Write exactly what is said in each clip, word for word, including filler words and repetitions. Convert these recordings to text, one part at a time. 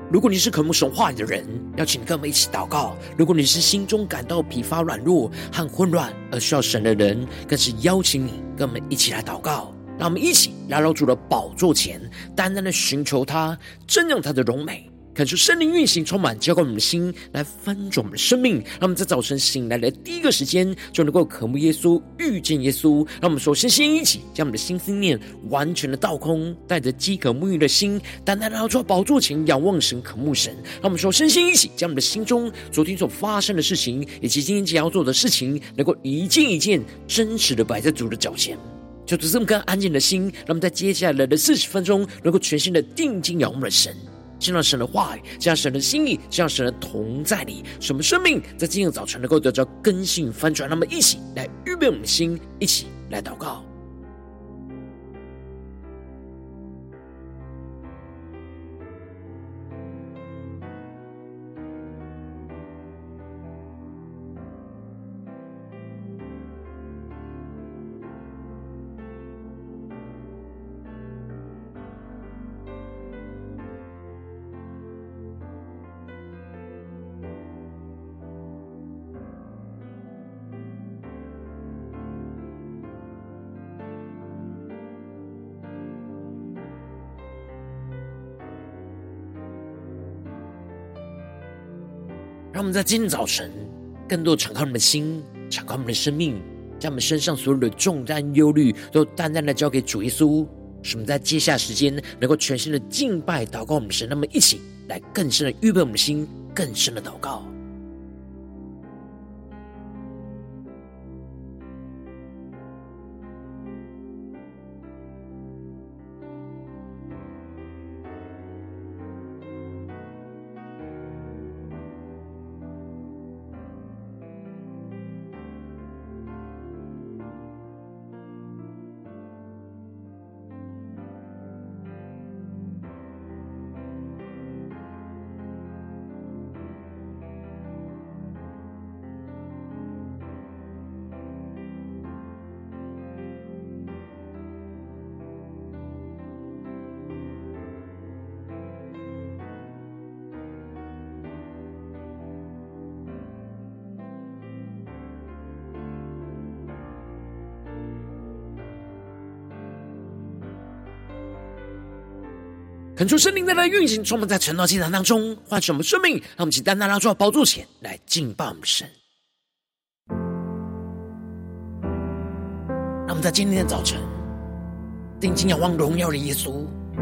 如果你是渴慕神话语的人，邀请你跟我们一起祷告；如果你是心中感到疲乏软弱和混乱而需要神的人，更是邀请你跟我们一起来祷告。让我们一起来到主的宝座前，单单的寻求他，瞻仰他的荣美，恳求圣灵运行充满浇灌我们的心，来翻转我们的生命。让我们在早晨醒来的第一个时间就能够渴慕耶稣，遇见耶稣。让我们首先先一起将我们的心思念完全的倒空，带着饥渴沐浴的心，单单来到宝座前仰望神，渴慕神。让我们首先先一起将我们的心中昨天所发生的事情，以及今天即将要做的事情，能够一件一件真实的摆在主的脚前。就这么个安静的心，让我们在接下来的四十分钟，能够全心的定睛仰望的神，见到神的话语，见到神的心意，见到神的同在里，使我们生命在今天的早晨能够得到更新翻转。让我们一起来预备我们的心，一起来祷告。让我们在今天早晨更多敞开我们的心，敞开我们的生命，将我们身上所有的重担忧虑都单单的交给主耶稣，使我们在接下来时间能够全心的敬拜祷告我们的神。那么一起来更深的预备我们的心，更深的祷告。恳求圣灵在那运行，充满在晨祷祭坛当中，唤醒我们生命。让我们请单单拉住宝座前来敬拜我们的神。让我们在今天的早晨定睛仰望荣耀的耶稣，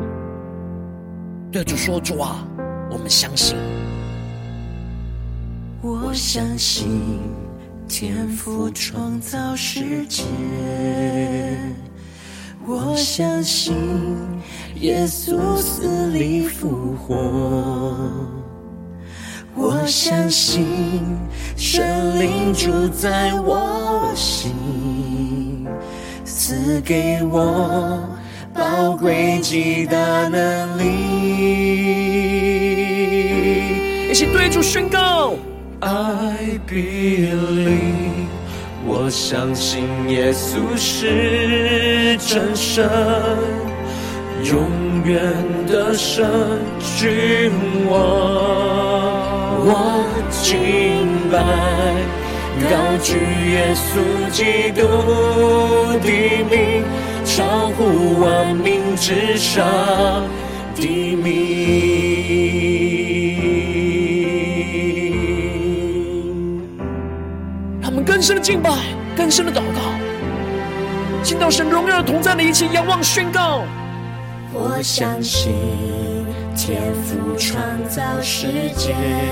对主说：主啊，我们相信， 我相信天父创造世界，我相信耶稣死里复活，我相信神灵住在我心，赐给我宝贵极大能力。 一起对主宣告 I believe， 我相信耶稣是真神，永远的神君王。我敬拜高举耶稣基督的名，超乎万民之上的名。 让我们更深的敬拜，更深的祷告，进到神荣耀的同在里，一起仰望宣告。 我相信天父创造世界，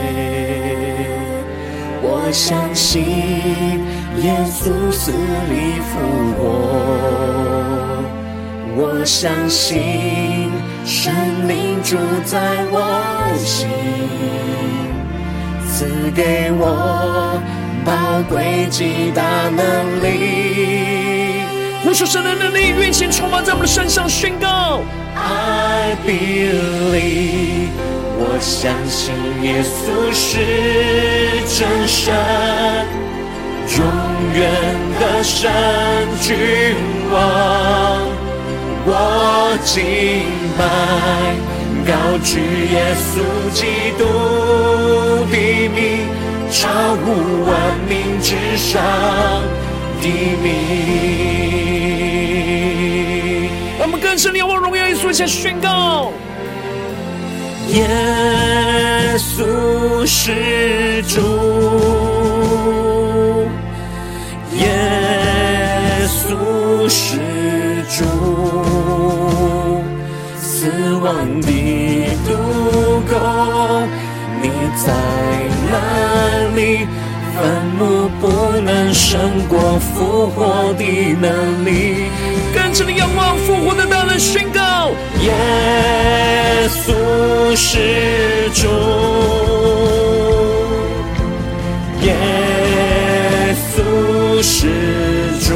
我相信耶稣死里复活，我相信神灵住在我心，赐给我宝贵极大能力。 呼求神的能力运行充满在我们的身上，宣告 I believe， 我相信耶稣是真神，永远的神君王。我敬拜高举耶稣基督的名，超乎万民之上的名。 让我们更深地仰望荣耀耶稣，一起宣告： 耶稣是主，耶稣是主，死亡的毒钩，你在哪里？坟墓不能胜过复活的能力。 更深地仰望复活的大能，宣告： 耶稣是主，耶稣是主，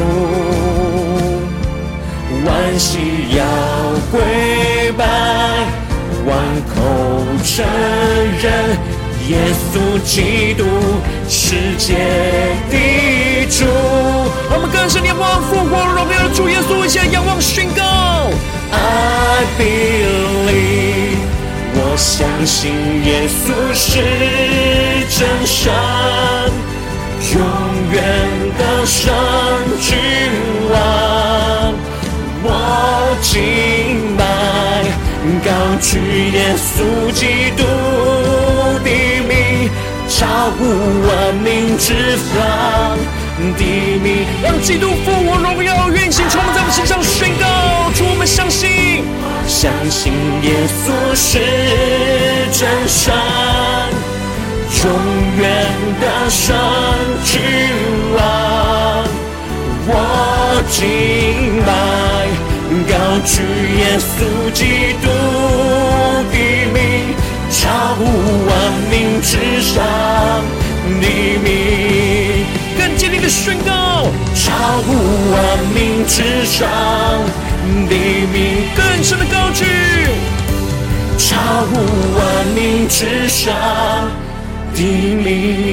万膝要跪拜，万口承认耶稣基督世界的主。 让我们更深地仰望复活荣耀的主耶稣，一起来仰望宣告。 I believe， 我相信耶稣是真神，永远的神君王。我敬拜，高举耶稣基督的名，超乎万民之上的名。 让基督复活荣耀运行充满在我们身上，宣告：主，我们相信， 相信耶稣是真神，永远的神君王。我敬拜，高举耶稣基督的名，超乎万民之上的名。 更坚定的宣告， 超乎万民之上的名， 更深的高举， 超乎万民之上的名。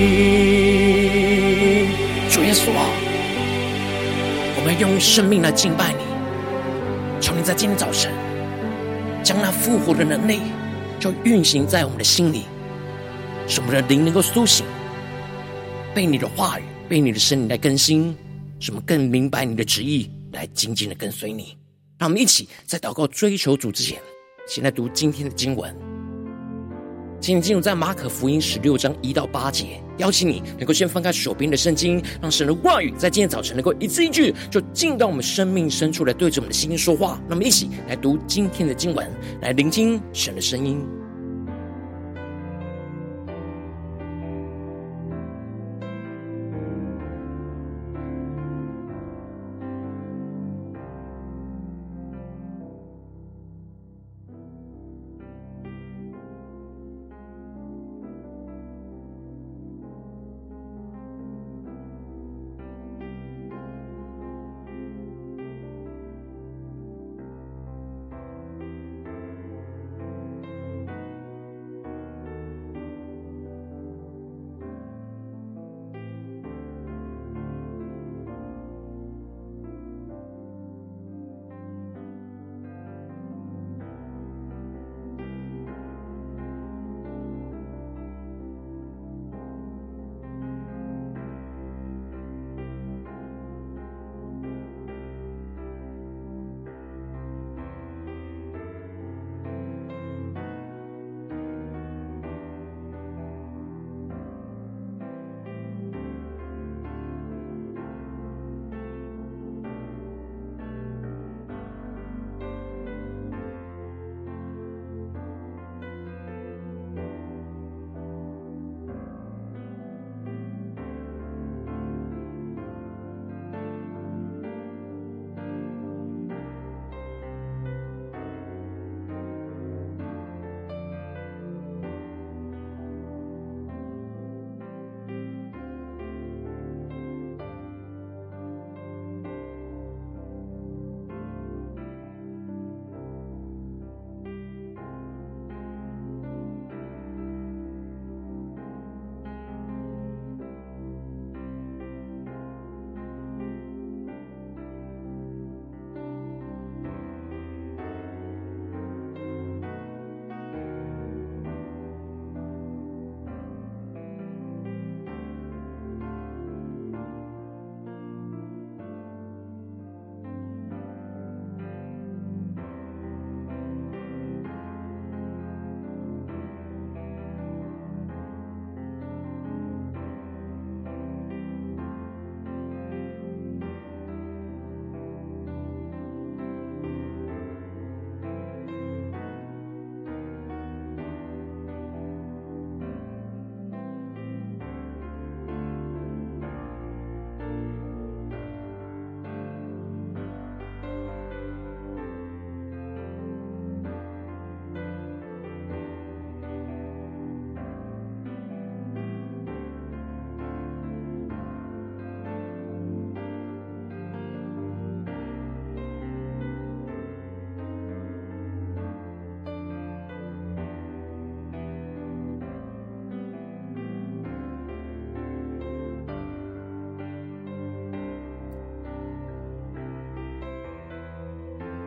主耶稣啊，我们用生命来敬拜你，求你在今天早晨将那复活的能力就运行在我们的心里，使我们的灵能够苏醒，被你的话语，被你的圣灵来更新，使我们更明白你的旨意，来紧紧的跟随你。让我们一起在祷告追求主之前，先来读今天的经文。今天进入在马可福音十六章一到八节，邀请你能够先翻开手边的圣经，让神的话语在今天早晨能够一字一句就进到我们生命深处来，对着我们的心说话。那么一起来读今天的经文，来聆听神的声音。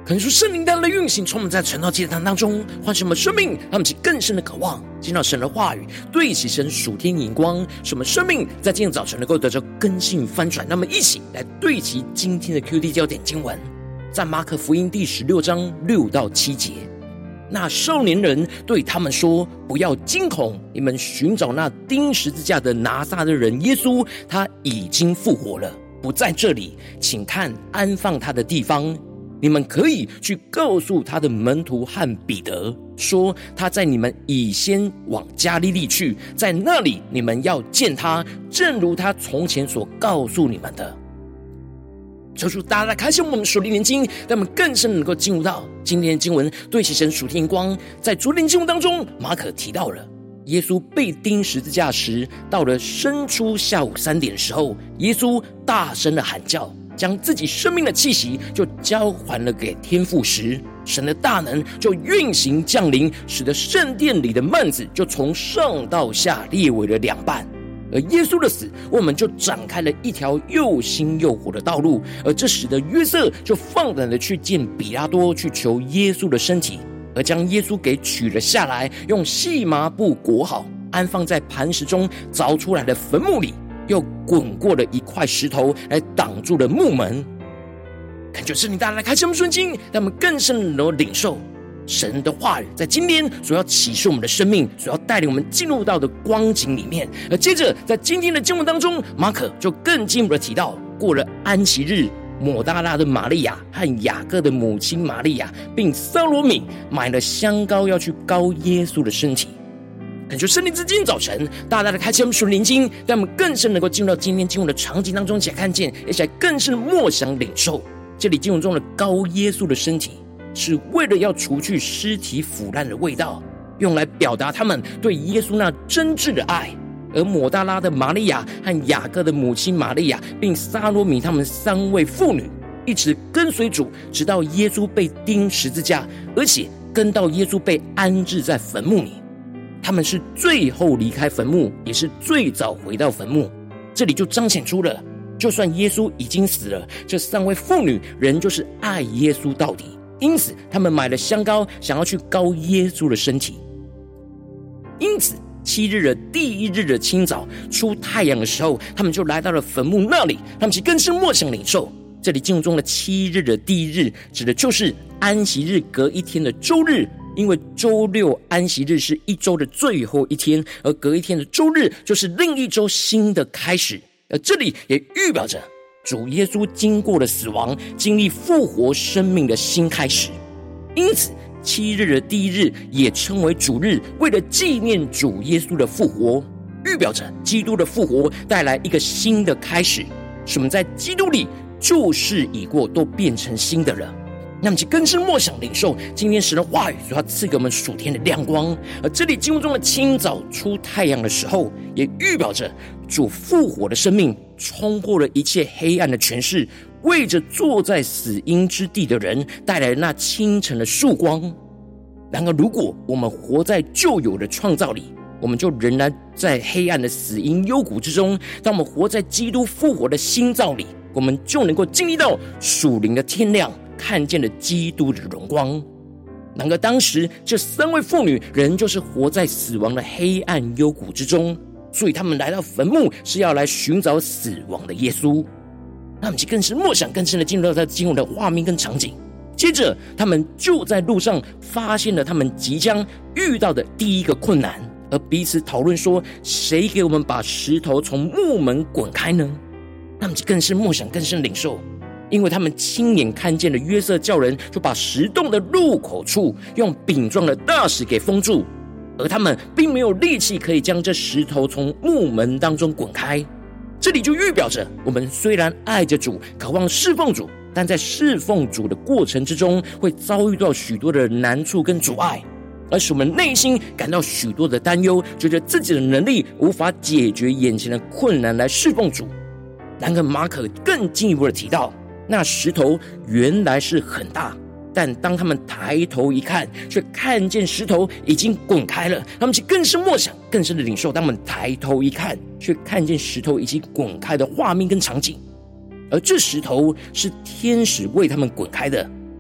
恳求圣灵带来的运行，充满在晨祷祭坛当中，唤醒我们生命，让我们起更深的渴望见到神的话语，对齐神属天眼光，使我们生命在今天早晨能够得到更新翻转。那么一起来对齐今天的 Q D 焦点经文，在马可福音第十六章六到七节。那少年人对他们说：不要惊恐，你们寻找那钉十字架的拿撒勒人耶稣，他已经复活了，不在这里，请看安放他的地方。你们可以去告诉他的门徒和彼得，说他在你们以先往加利利去，在那里你们要见他，正如他从前所告诉你们的。求主大家来开启我们属灵眼睛，让我们更深能够进入到今天的经文，对齐神属天光。在昨天经文当中，马可提到了耶稣被钉十字架时，到了申初下午三点的时候，耶稣大声的喊叫，将自己生命的气息就交还了给天父时，神的大能就运行降临，使得圣殿里的幔子就从上到下裂为了两半。而耶稣的死，为我们就展开了一条又新又活的道路。而这使得约瑟就放胆的去见比拉多，去求耶稣的身体，而将耶稣给取了下来，用细麻布裹好，安放在磐石中凿出来的坟墓里，又滚过了一块石头来挡住了墓门。感觉圣灵大家来开启我们顺境，让我们更深的能够领受神的话语在今天所要启示我们的生命，所要带领我们进入到的光景里面。而接着在今天的经文当中，马可就更进一步的提到，过了安息日，抹大拉的玛利亚和雅各的母亲玛利亚并撒罗米买了香膏，要去膏耶稣的身体。感觉圣灵在今天早晨大大的开启我们属灵经，让我们更深能够进入到今天经文的场景当中，一起来看见，一起来更深默想领受这里经文中的膏耶稣的身体，是为了要除去尸体腐烂的味道，用来表达他们对耶稣那真挚的爱。而抹大拉的玛利亚和雅各的母亲玛利亚并撒罗米他们三位妇女一直跟随主，直到耶稣被钉十字架，而且跟到耶稣被安置在坟墓里。他们是最后离开坟墓，也是最早回到坟墓。这里就彰显出了，就算耶稣已经死了，这三位妇女仍就是爱耶稣到底，因此他们买了香膏，想要去膏耶稣的身体。因此七日的第一日的清早，出太阳的时候，他们就来到了坟墓那里，他们其更是默想领受。这里经文中的七日的第一日，指的就是安息日隔一天的周日，因为周六安息日是一周的最后一天，而隔一天的周日就是另一周新的开始。而这里也预表着主耶稣经过了死亡，经历复活生命的新开始。因此七日的第一日也称为主日，为了纪念主耶稣的复活，预表着基督的复活带来一个新的开始，使我们在基督里旧事已过，都变成新的了。那么就更是默想领受今天神的话语所要赐给我们属天的亮光。而这里经文中的清早出太阳的时候，也预表着主复活的生命冲破了一切黑暗的权势，为着坐在死荫之地的人带来那清晨的曙光。然而如果我们活在旧有的创造里，我们就仍然在黑暗的死荫幽谷之中。当我们活在基督复活的新造里，我们就能够经历到属灵的天亮，看见了基督的荣光。然而当时这三位妇女仍就是活在死亡的黑暗幽谷之中，所以他们来到坟墓是要来寻找死亡的耶稣。那我们就更是默想更深的进入到这经文的画面跟场景。接着他们就在路上发现了他们即将遇到的第一个困难，而彼此讨论说，谁给我们把石头从墓门滚开呢？那么就更是默想更深领受，因为他们亲眼看见了约瑟叫人就把石洞的入口处用饼状的大石给封住，而他们并没有力气可以将这石头从墓门当中滚开。这里就预表着我们虽然爱着主，渴望侍奉主，但在侍奉主的过程之中会遭遇到许多的难处跟阻碍，而使我们内心感到许多的担忧，觉得自己的能力无法解决眼前的困难来侍奉主。然而马可更进一步的提到，那石头原来是很大，但当他们抬头一看，却看见石头已经滚开了。他们就更是默想更深的领受，当他们抬头一看，却看见石头已经滚开的画面跟场景。而这石头是天使为他们滚开的，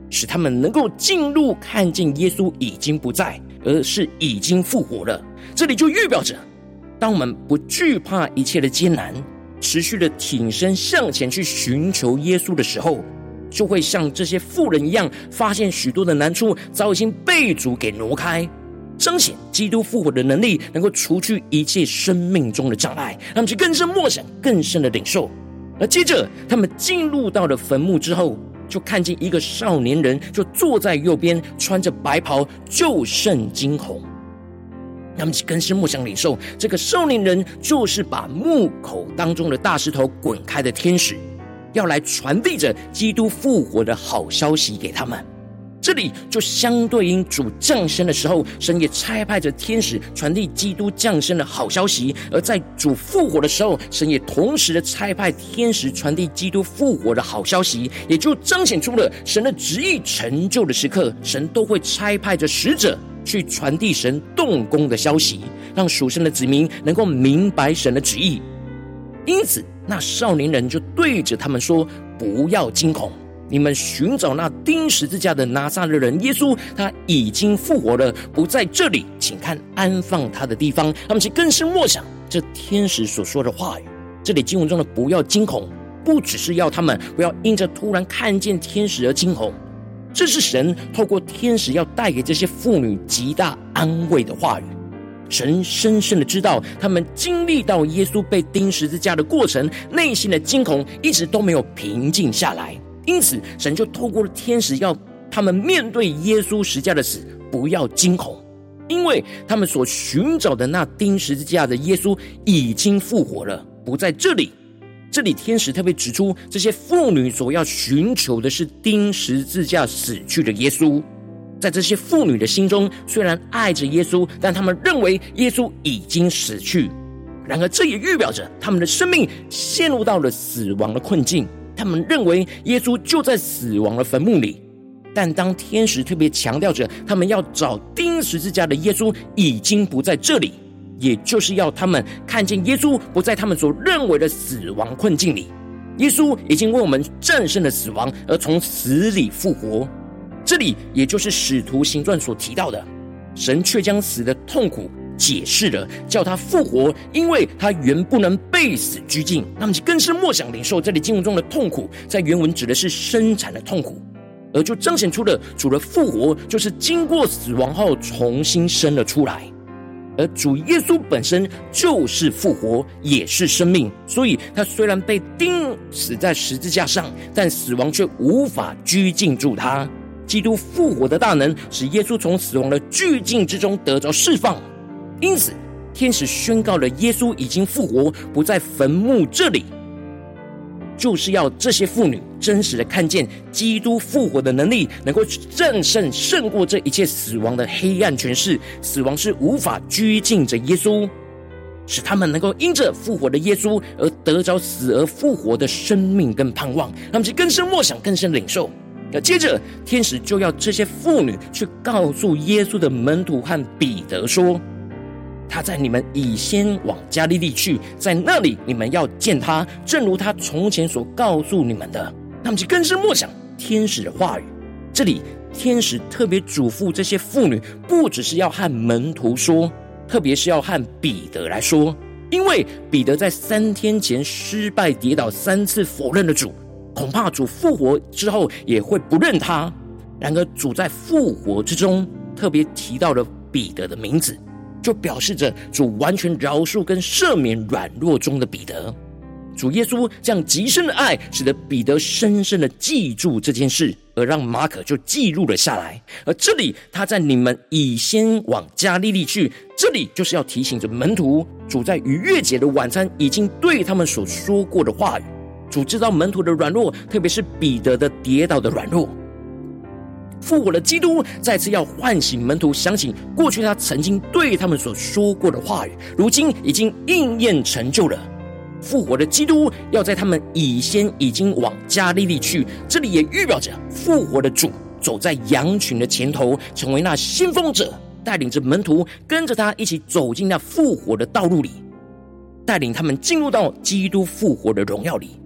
使他们能够进入看见耶稣已经不在，而是已经复活了。这里就预表着，当我们不惧怕一切的艰难，持续的挺身向前去寻求耶稣的时候，就会像这些妇人一样，发现许多的难处早已经被主给挪开，彰显基督复活的能力，能够除去一切生命中的障碍，让他们去更深默想，更深的领受。而接着他们进入到了坟墓之后，就看见一个少年人就坐在右边，穿着白袍，就甚惊恐。他们更深默想领受，这个少年人就是把墓口当中的大石头滚开的天使，要来传递着基督复活的好消息给他们。这里就相对应主降生的时候，神也差派着天使传递基督降生的好消息；而在主复活的时候，神也同时的差派天使传递基督复活的好消息，也就彰显出了神的旨意成就的时刻，神都会差派着使者去传递神动工的消息，让属神的子民能够明白神的旨意。因此那少年人就对着他们说，不要惊恐，你们寻找那钉十字架的拿撒勒人耶稣，他已经复活了，不在这里，请看安放他的地方。他们去更深默想这天使所说的话语。这里经文中的不要惊恐，不只是要他们不要因着突然看见天使而惊恐，这是神透过天使要带给这些妇女极大安慰的话语。神深深的知道他们经历到耶稣被钉十字架的过程，内心的惊恐一直都没有平静下来，因此神就透过了天使要他们面对耶稣十字架的死不要惊恐，因为他们所寻找的那钉十字架的耶稣已经复活了，不在这里。这里天使特别指出，这些妇女所要寻求的是钉十字架死去的耶稣。在这些妇女的心中，虽然爱着耶稣，但他们认为耶稣已经死去。然而这也预表着他们的生命陷入到了死亡的困境，他们认为耶稣就在死亡的坟墓里。但当天使特别强调着他们要找钉十字架的耶稣已经不在这里，也就是要他们看见耶稣不在他们所认为的死亡困境里，耶稣已经为我们战胜了死亡，而从死里复活。这里也就是使徒行传所提到的，神却将死的痛苦解释了，叫他复活，因为他原不能被死拘禁。那么更是默想领受这里经文中的痛苦，在原文指的是生产的痛苦，而就彰显出了主的复活就是经过死亡后重新生了出来。而主耶稣本身就是复活，也是生命，所以他虽然被钉死在十字架上，但死亡却无法拘禁住他。基督复活的大能使耶稣从死亡的拘禁之中得着释放，因此天使宣告了耶稣已经复活，不在坟墓这里，就是要这些妇女真实的看见基督复活的能力，能够战胜胜过这一切死亡的黑暗权势。死亡是无法拘禁着耶稣，使他们能够因着复活的耶稣而得着死而复活的生命跟盼望，让他们去更深默想，更深领受。那接着天使就要这些妇女去告诉耶稣的门徒和彼得说，他在你们以先往加利利去，在那里你们要见他，正如他从前所告诉你们的。那么就更是默想天使的话语。这里天使特别嘱咐这些妇女，不只是要和门徒说，特别是要和彼得来说，因为彼得在三天前失败跌倒三次否认了主，恐怕主复活之后也会不认他。然而主在复活之中特别提到了彼得的名字，就表示着主完全饶恕跟赦免软弱中的彼得。主耶稣这样极深的爱，使得彼得深深的记住这件事，而让马可就记录了下来。而这里他在你们以先往加利利去，这里就是要提醒着门徒，主在逾越节的晚餐已经对他们所说过的话语。主知道门徒的软弱，特别是彼得的跌倒的软弱。复活的基督再次要唤醒门徒，想起过去他曾经对他们所说过的话语，如今已经应验成就了。复活的基督要在他们以先已经往加利利去，这里也预表着复活的主走在羊群的前头，成为那先锋者，带领着门徒跟着他一起走进那复活的道路里，带领他们进入到基督复活的荣耀里。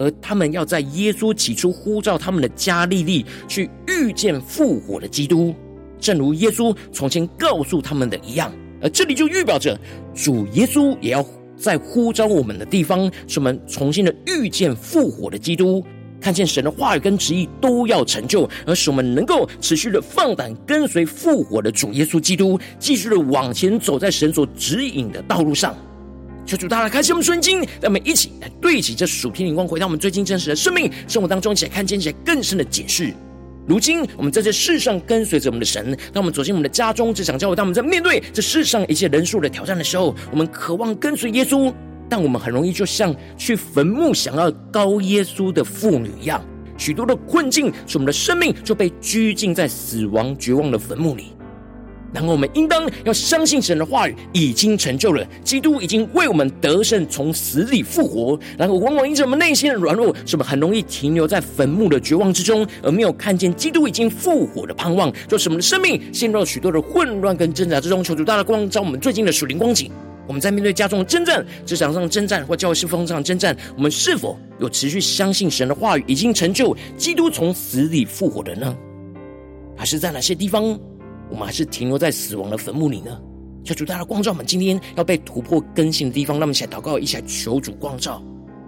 而他们要在耶稣起初呼召他们的加利利去遇见复活的基督，正如耶稣从前告诉他们的一样。而这里就预表着主耶稣也要在呼召我们的地方，使我们重新的遇见复活的基督，看见神的话语跟旨意都要成就，而使我们能够持续的放胆跟随复活的主耶稣基督，继续的往前走在神所指引的道路上。求主大家开启我们顺经，让我们一起来对齐这属天灵光，回到我们最近真实的生命生活当中，一起来看见一些更深的解释。如今我们在这世上跟随着我们的神，当我们走进我们的家中、职场、教会，当我们在面对这世上一切人数的挑战的时候，我们渴望跟随耶稣，但我们很容易就像去坟墓想要膏耶稣的妇女一样，许多的困境使我们的生命就被拘禁在死亡绝望的坟墓里。然后我们应当要相信神的话语已经成就了，基督已经为我们得胜，从死里复活。然后往往因着我们内心的软弱，使我们很容易停留在坟墓的绝望之中，而没有看见基督已经复活的盼望，就使我们的生命陷入了许多的混乱跟挣扎之中。求主大的光照我们最近的属灵光景，我们在面对家中的征战、职场上的征战或教会侍奉上的征战，我们是否有持续相信神的话语已经成就，基督从死里复活的呢？还是在哪些地方我们还是停留在死亡的坟墓里呢？求主大家光照我们今天要被突破更新的地方，让我们一起来祷告，一起来求主光照。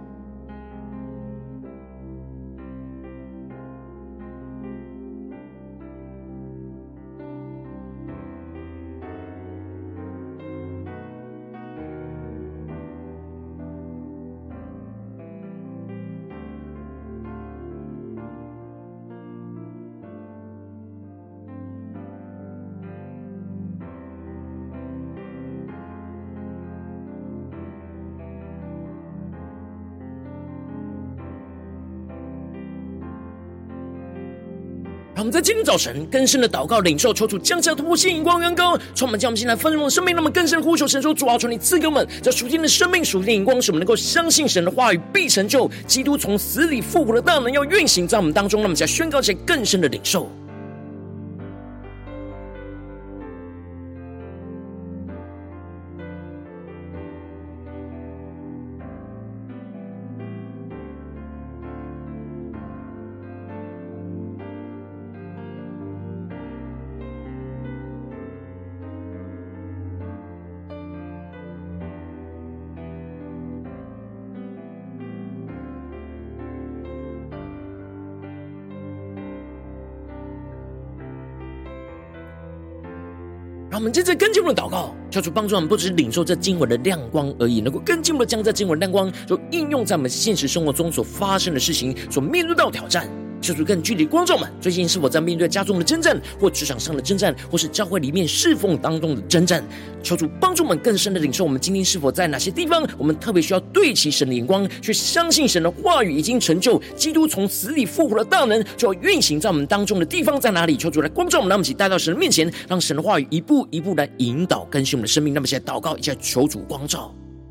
让我们在今天早晨更深的祷告领受，求主降下突破性荧光恩膏，充满将我们现在丰盛的生命，让我们更深的呼求神说，主啊，求你赐给我们这属天的生命、属天的荧光，使我们能够相信神的话语必成就，基督从死里复活的大能要运行在我们当中，让我们再宣告起来更深的领受。让我们接着更进一步的祷告，求主帮助我们不只是领受这经文的亮光而已，能够更进一步的将这经文的亮光就应用在我们现实生活中所发生的事情，所面对到的挑战。求主更具体光照们，最近是否在面对家中的征战，或职场上的征战，或是教会里面侍奉当中的征战？求主帮助我们更深的领受，我们今天是否在哪些地方，我们特别需要对齐神的眼光，去相信神的话语已经成就，基督从死里复活的大能就要运行在我们当中的地方在哪里？求主来光照我们，让我们一起带到神的面前，让神的话语一步一步来引导更新我们的生命。那么现在祷告，一起来求主光照。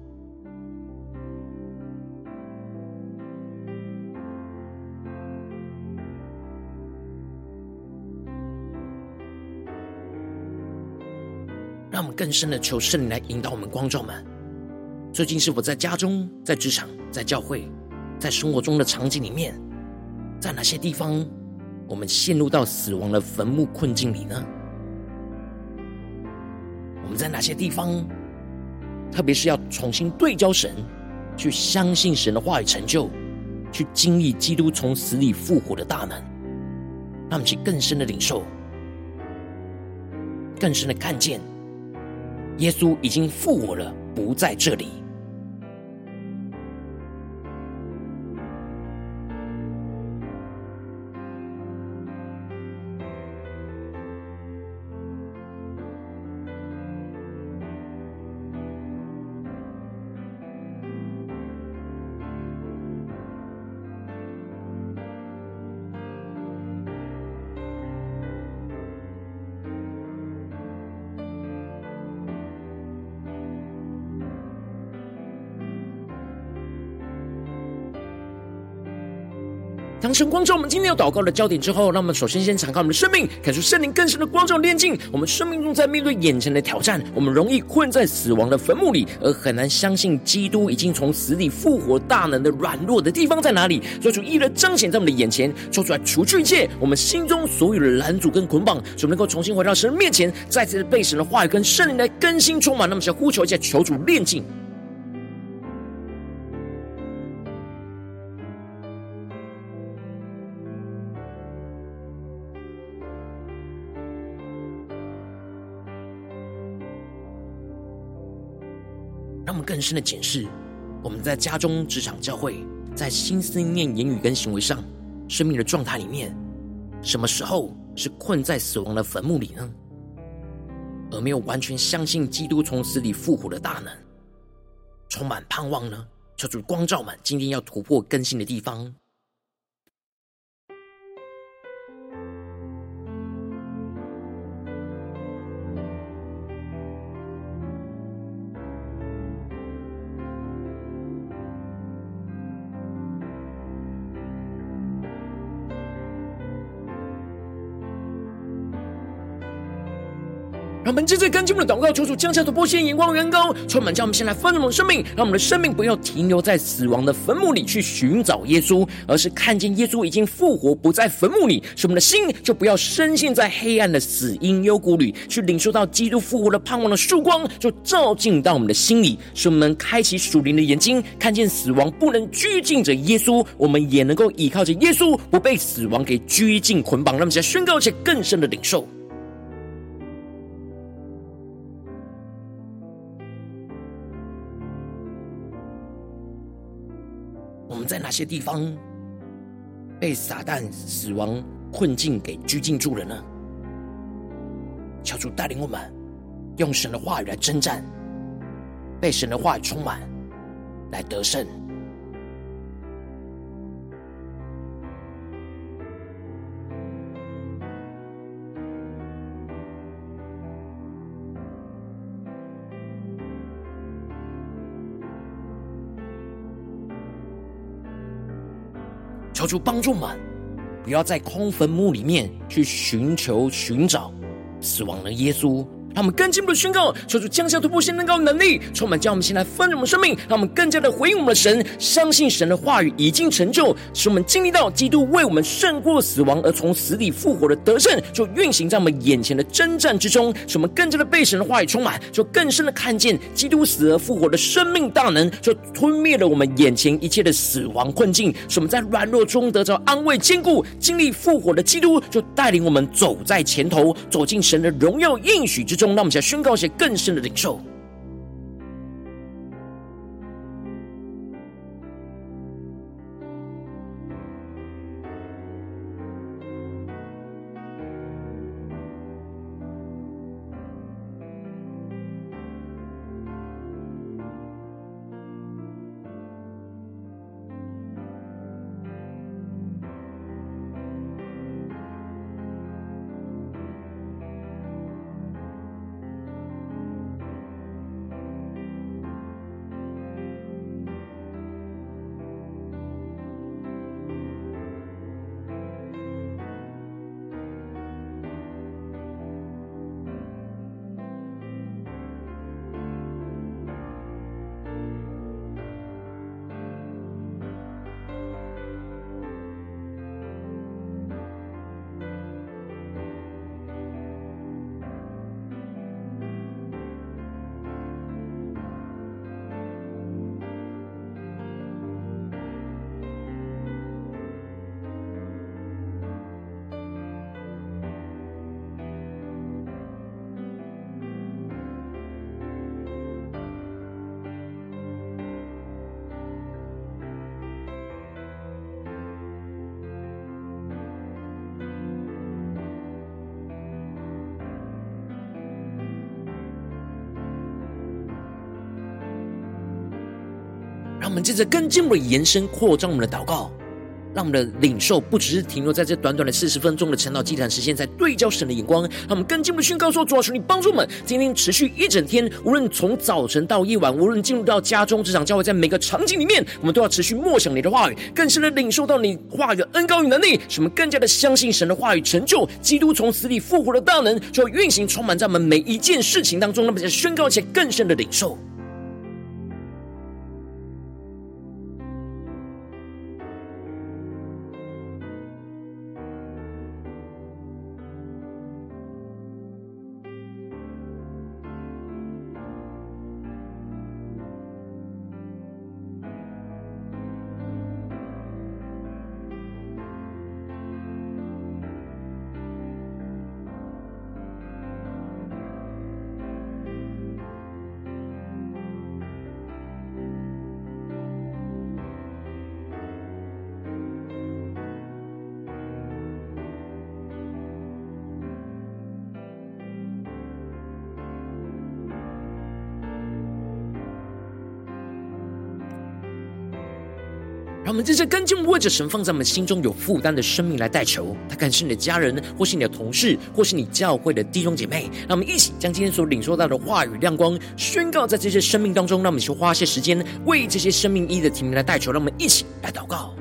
让我们更深的求圣灵来引导我们光照们，最近是否在家中、在职场、在教会、在生活中的场景里面，在哪些地方我们陷入到死亡的坟墓困境里呢？我们在哪些地方特别是要重新对焦神，去相信神的话语成就，去经历基督从死里复活的大能，让我们去更深的领受，更深的看见耶稣已经复活了，不在这里。 当神光照我们今天要祷告的焦点之后，让我们首先先敞开我们的生命，感受圣灵更深的光照炼净。我们生命中在面对眼前的挑战，我们容易困在死亡的坟墓里，而很难相信基督已经从死里复活大能的软弱的地方在哪里。所以主一人彰显在我们的眼前，抽出来除去一切我们心中所有的拦阻跟捆绑，使我们能够重新回到神的面前，再次被神的话语跟圣灵来更新充满。那么想呼求一下，求主炼净。让我们更深的检视我们在家中、职场、教会，在心思念、言语跟行为上生命的状态里面，什么时候是困在死亡的坟墓里呢？而没有完全相信基督从死里复活的大能，充满盼望呢？求主光照们今天要突破更新的地方。让我们接着跟进我们的祷告，求主降下突破线眼光远高，充满将我们先来翻转我们的生命，让我们的生命不要停留在死亡的坟墓里去寻找耶稣，而是看见耶稣已经复活，不在坟墓里，使我们的心就不要深陷在黑暗的死荫幽谷里，去领受到基督复活的盼望的曙光，就照进到我们的心里，使我们开启属灵的眼睛，看见死亡不能拘禁着耶稣，我们也能够依靠着耶稣，不被死亡给拘禁捆绑。让我们再宣告一些更深的领受。我们在哪些地方被撒旦死亡困境给拘禁住了呢？求主带领我们用神的话语来征战，被神的话语充满，来得胜。求主帮助我们，不要在空坟墓里面去寻求寻找死亡的耶稣。让我们更进一步的宣告，求主降下突破性能高的能力，充满将我们先来分盛我们生命，让我们更加的回应我们的神，相信神的话语已经成就，使我们经历到基督为我们胜过死亡而从死里复活的得胜，就运行在我们眼前的征战之中，使我们更加的被神的话语充满，就更深的看见基督死而复活的生命大能，就吞灭了我们眼前一切的死亡困境，使我们在软弱中得着安慰坚固，经历复活的基督就带领我们走在前头，走进神的荣耀应许之中。让我们先宣告一些更深的领受。让我们接着更进一步的延伸扩张我们的祷告， 让我们的领受不只是停留在这短短的四十分钟的晨祷祭坛时间，在对焦神的眼光，让我们更进一步的宣告说：主啊，求你帮助我们，今天持续一整天，无论从早晨到夜晚，无论进入到家中、职场、教会，在每个场景里面，我们都要持续默想你的话语，更深的领受到你话语的恩膏与能力，使我们更加的相信神的话语成就基督从死里复活的大能，就运行充满在我们每一件事情当中。那么在宣告且更深的领受。让我们这些跟进为着神放在我们心中有负担的生命来代求，他可能是你的家人，或是你的同事，或是你教会的弟兄姐妹。让我们一起将今天所领受到的话语亮光宣告在这些生命当中。让我们去花些时间为这些生命一的提名来代求。让我们一起来祷告。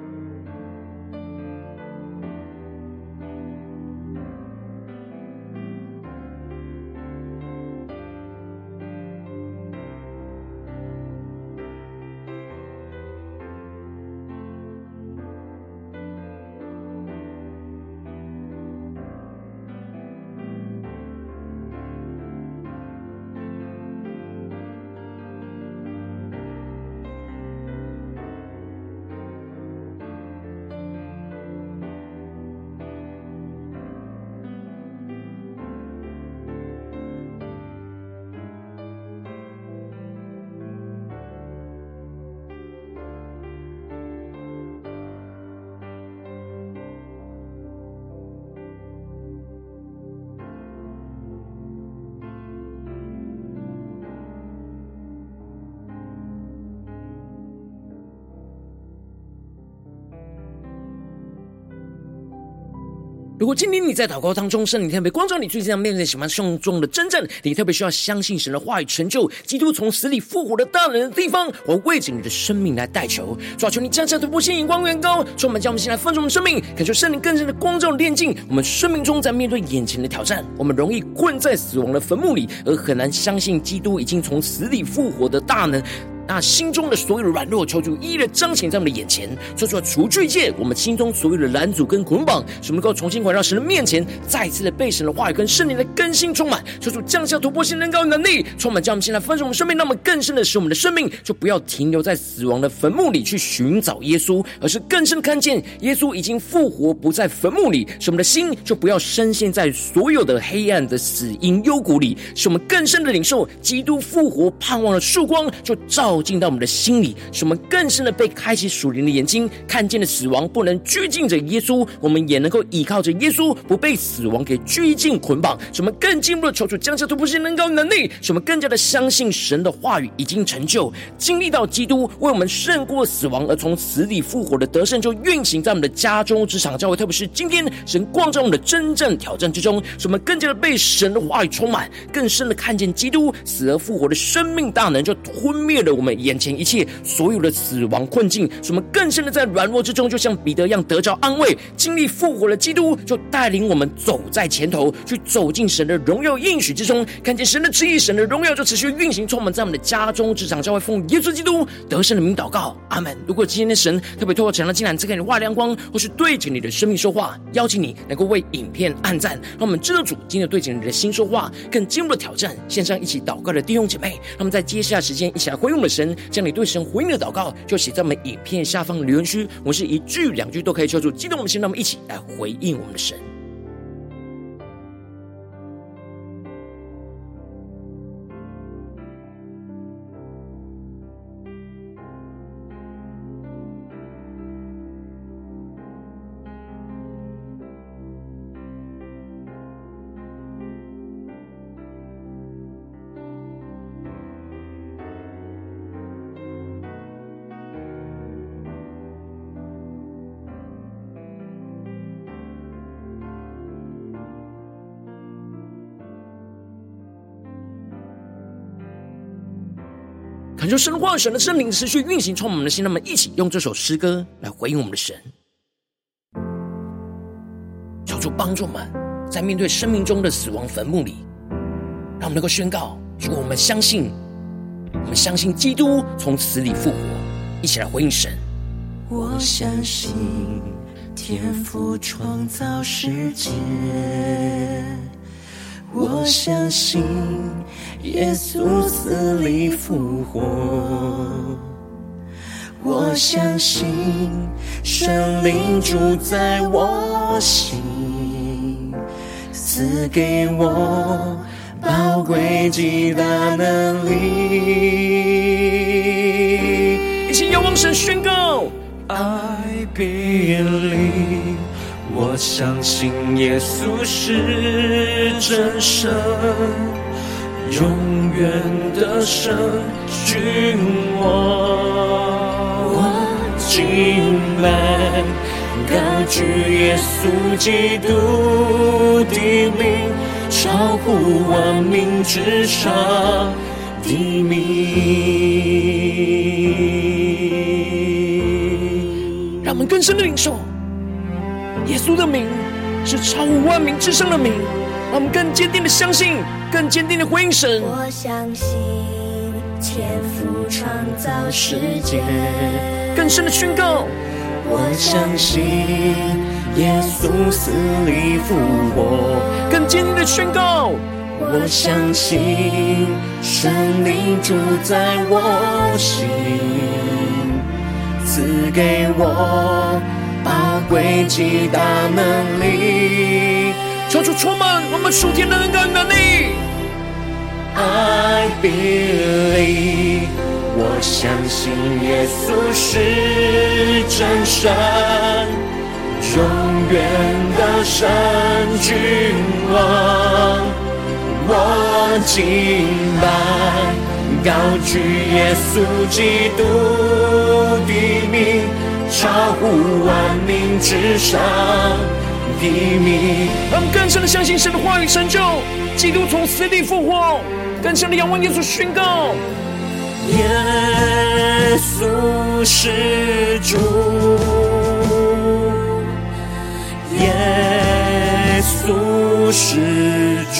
如果今天你在祷告当中，圣灵特别光照你最近要面对什么重重的征战，你特别需要相信神的话语成就基督从死里复活的大能的地方，我为着你的生命来代求。主啊，求你降下突破性眼光远高，充满将我们现在丰盛的生命，感受圣灵更深的光照炼净我们生命中。在面对眼前的挑战，我们容易困在死亡的坟墓里，而很难相信基督已经从死里复活的大能。那心中的所有的软弱，求主一一的彰显在我们的眼前，求主除去一切我们心中所有的拦阻跟捆绑，使我们能够重新回到神的面前，再一次的被神的话语跟圣灵的更新充满。求主降下突破性能高能力，充满将我们现在分盛我们生命，让我们更深的使我们的生命就不要停留在死亡的坟墓里去寻找耶稣，而是更深的看见耶稣已经复活，不在坟墓里，使我们的心就不要深陷在所有的黑暗的死荫幽谷里，使我们更深的领受基督复活盼望的曙光，就照进到我们的心里，使我们更深的被开启属灵的眼睛，看见了死亡不能拘禁着耶稣，我们也能够依靠着耶稣，不被死亡给拘禁捆绑，使我们更进一步的求主降下突破性能高能力，使我们更加的相信神的话语已经成就，经历到基督为我们胜过死亡而从死里复活的得胜，就运行在我们的家中职场教会，特别是今天神光照我们的真正挑战之中，使我们更加的被神的话语充满，更深的看见基督死而复活的生命大能，就吞灭了我们眼前一切所有的死亡困境，使我们更深的在软弱之中，就像彼得一样得着安慰，经历复活的基督就带领我们走在前头，去走进神的荣耀应许之中，看见神的旨意，神的荣耀就持续运行充满在我们的家中职场教会，奉耶稣基督得胜的名祷告，阿们。如果今天的神特别透过晨祷祭坛赐给你画亮光，或是对着你的生命说话，邀请你能够为影片按赞，让我们知道主今天对着你的心说话，更进一步的挑战线上一起祷告的弟兄姐妹，让我们在接下来时间一起来回应我们的神，将你对神回应的祷告就写在我们影片下方的留言区，我们是一句两句都可以求主激动我们心，让我们一起来回应我们的神。 恳求神的话语、神的圣灵持续运行充满我们的心，让我们一起用这首诗歌来回应我们的神，求主帮助我们在面对生命中的死亡坟墓里，让我们能够宣告：主，我们相信，我们相信基督从死里复活。一起来回应神。 我相信天父创造世界，我相信耶稣死里复活，我相信圣灵住在我心，赐给我宝贵极大能力。 一起仰望神宣告 I believe， 我相信耶稣是真神，永远的神，君王。我敬拜高举耶稣基督的名，超乎万民之上的名。 让我们更深的领受耶稣的名是超乎万名之上的名，让我们更坚定的相信，更坚定的回应神。 我相信天父创造世界， 更深的宣告， 我相信耶稣死里复活， 更坚定的宣告， 我相信圣灵住在我心，赐给我宝贵极大能力。 求主充满我们属天的恩膏能力。 I believe， 我相信耶稣是真神，永远的神，君王。我敬拜高举耶稣基督的名，超乎万民之上的名。 让我们更深的相信神的话语成就，基督从死里复活，更深的仰望耶稣宣告， 耶稣是主，耶稣是主，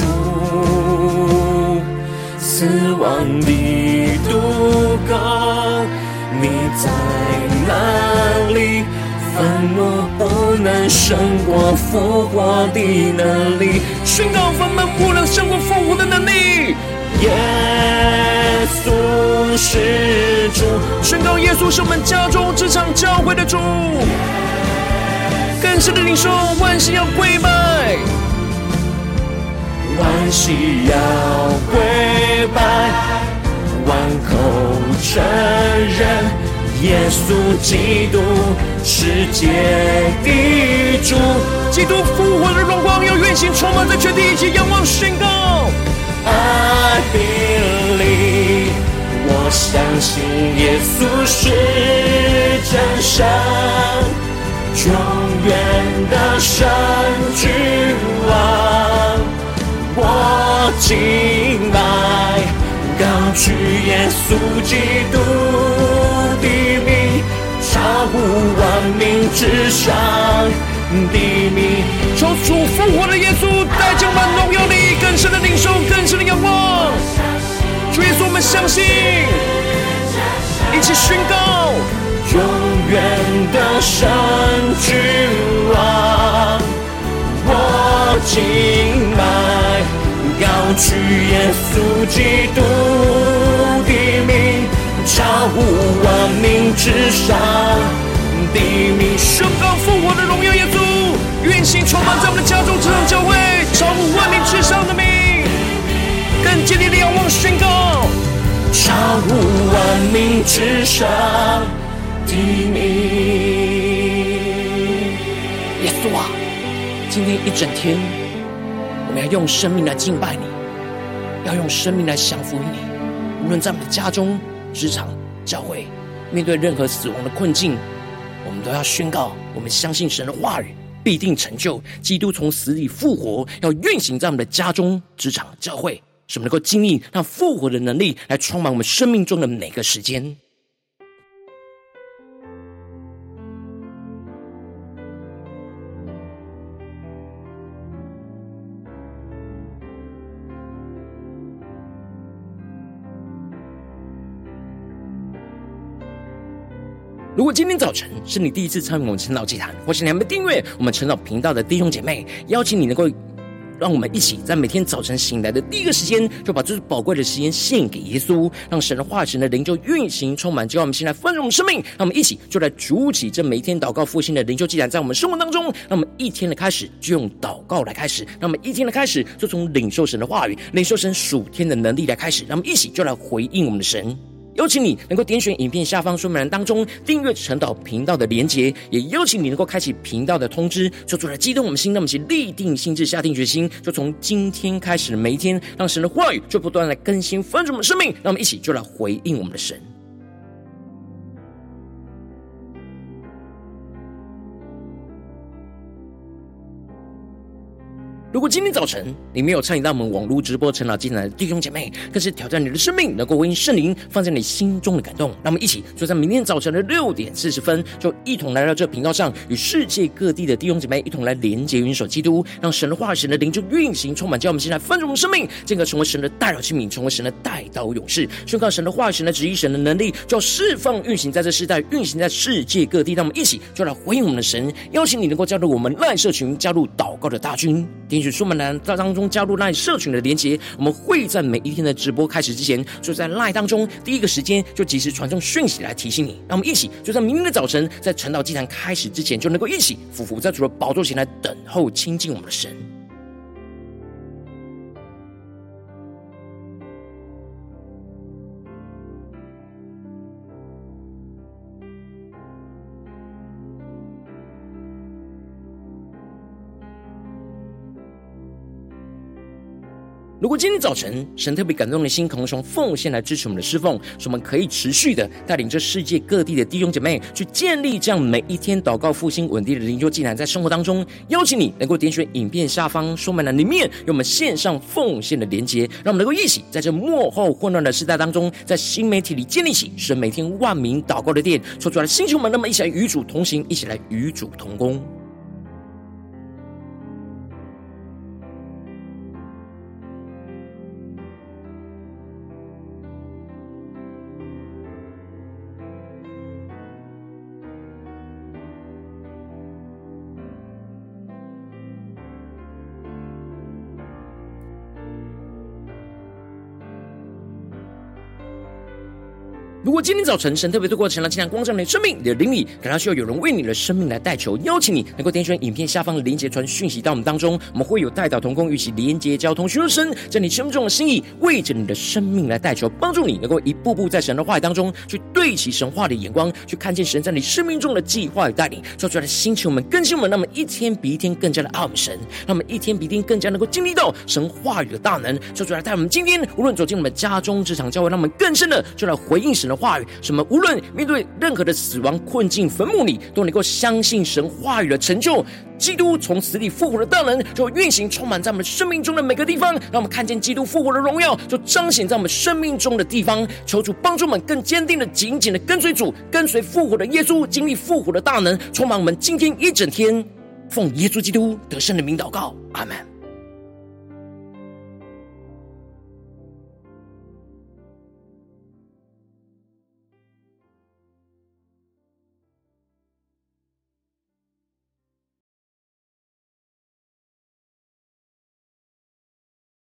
死亡的渡口，你在哪里？坟墓不能胜过复活的能力， 宣告坟墓不能胜过复活的能力。 耶稣是主， 宣告耶稣是我们家中职场教会的主。更深的领受，万心要跪拜， 万心要跪拜，万口承认耶稣基督世界的主， 基督复活的荣光要运行充满在全地，一起仰望宣告。 I believe， 我相信耶稣是真神，永远的神，君王。我敬拜高举耶稣基督的名，超乎万民之上的名。 求主复活的耶稣带进我们荣耀里，更深的领受，更深的仰望。主耶稣，我们相信，一起宣告， 永远的神，君王。我敬拜高举耶稣基督的名，超乎万民之上的名。 宣告复活的荣耀耶稣运行充满在我们的家中职场教会，超乎万民之上的名，更坚定的仰望宣告， 超乎万民之上的名。 耶稣啊，今天一整天我们要用生命来敬拜你，要用生命来降服于你。无论在我们的家中、职场、教会，面对任何死亡的困境，我们都要宣告，我们相信神的话语必定成就，基督从死里复活，要运行在我们的家中、职场、教会。 使我们能够经历那复活的能力来充满我们生命中的每个时间。如果今天早晨是你第一次参与我们晨祷祭坛，或是你还没订阅我们晨祷频道的弟兄姐妹，邀请你能够让我们一起在每天早晨醒来的第一个时间，就把这宝贵的时间献给耶稣，让神的话语、神的灵就运行充满，就让我们先来丰盛我们生命。让我们一起就来主起这每一天祷告复兴的灵修祭坛，在我们生活当中，让我们一天的开始就用祷告来开始，让我们一天的开始就从领受神的话语、领受神属天的能力来开始，让我们一起就来回应我们的神。邀请你能够点选影片下方说明栏当中订阅晨祷频道的连结，也邀请你能够开启频道的通知，就做来激动我们心，让我们一起立定心志，下定决心，就从今天开始的每一天，让神的话语就不断来更新翻转我们的生命，让我们一起就来回应我们的神。如果今天早晨你没有参与到我们网络直播晨祷祭坛的弟兄姐妹，更是挑战你的生命，能够回应圣灵放在你心中的感动。让我们一起就在明天早晨的六点四十分，就一同来到这频道上，与世界各地的弟兄姐妹一同来连结、元首基督，让神的话语、神的灵就运行充满，叫我们现在翻转我们生命，进而成为神的代表器皿，成为神的代祷勇士，宣告神的话语、神的旨意、神的能力，就要释放运行在这世代，运行在世界各地。让我们一起就来回应我们的神，邀请你能够加入我们赖社群，加入祷告的大军。点选说明栏当中加入 LINE 社群的连结，我们会在每一天的直播开始之前，就在 LINE 当中第一个时间就及时传送讯息来提醒你。让我们一起就在明天的早晨，在晨祷祭坛开始之前，就能够一起俯伏在主的宝座前来等候亲近我们的神。如果今天早晨神特别感动的心，可能从奉献来支持我们的侍奉，使我们可以持续的带领这世界各地的弟兄姐妹去建立这样每一天祷告复兴稳定的灵修祭坛，在生活当中邀请你能够点选影片下方说明栏里面有我们线上奉献的连结，让我们能够一起在这末后混乱的时代当中，在新媒体里建立起神每天万名祷告的殿，说出来星球们，那么一起来与主同行，一起来与主同工。如果今天早晨神特别透过晨祷祭坛光照你的生命，你的灵里感到需要有人为你的生命来代求，邀请你能够点选影片下方的连结传讯息到我们当中，我们会有代祷同工一起连结交通，寻求神在你生命中的心意，为着你的生命来代求，帮助你能够一步步在神的话语当中去对齐神话的眼光，去看见神在你生命中的计划与带领，说出来的心情我们更新我们，让我们一天比一天更加的爱我们神，让我们一天比一天更加能够经历到神话语的大能，说出来带我们今天无论走进我们家中职场教会，让我们更深的就来回应神的话语，什么无论面对任何的死亡困境坟墓里，都能够相信神话语的成就，基督从死里复活的大能就运行充满在我们生命中的每个地方，让我们看见基督复活的荣耀就彰显在我们生命中的地方。求主帮助我们更坚定的紧紧的跟随主，跟随复活的耶稣，经历复活的大能，充满我们今天一整天。奉耶稣基督得胜的名祷告，阿们。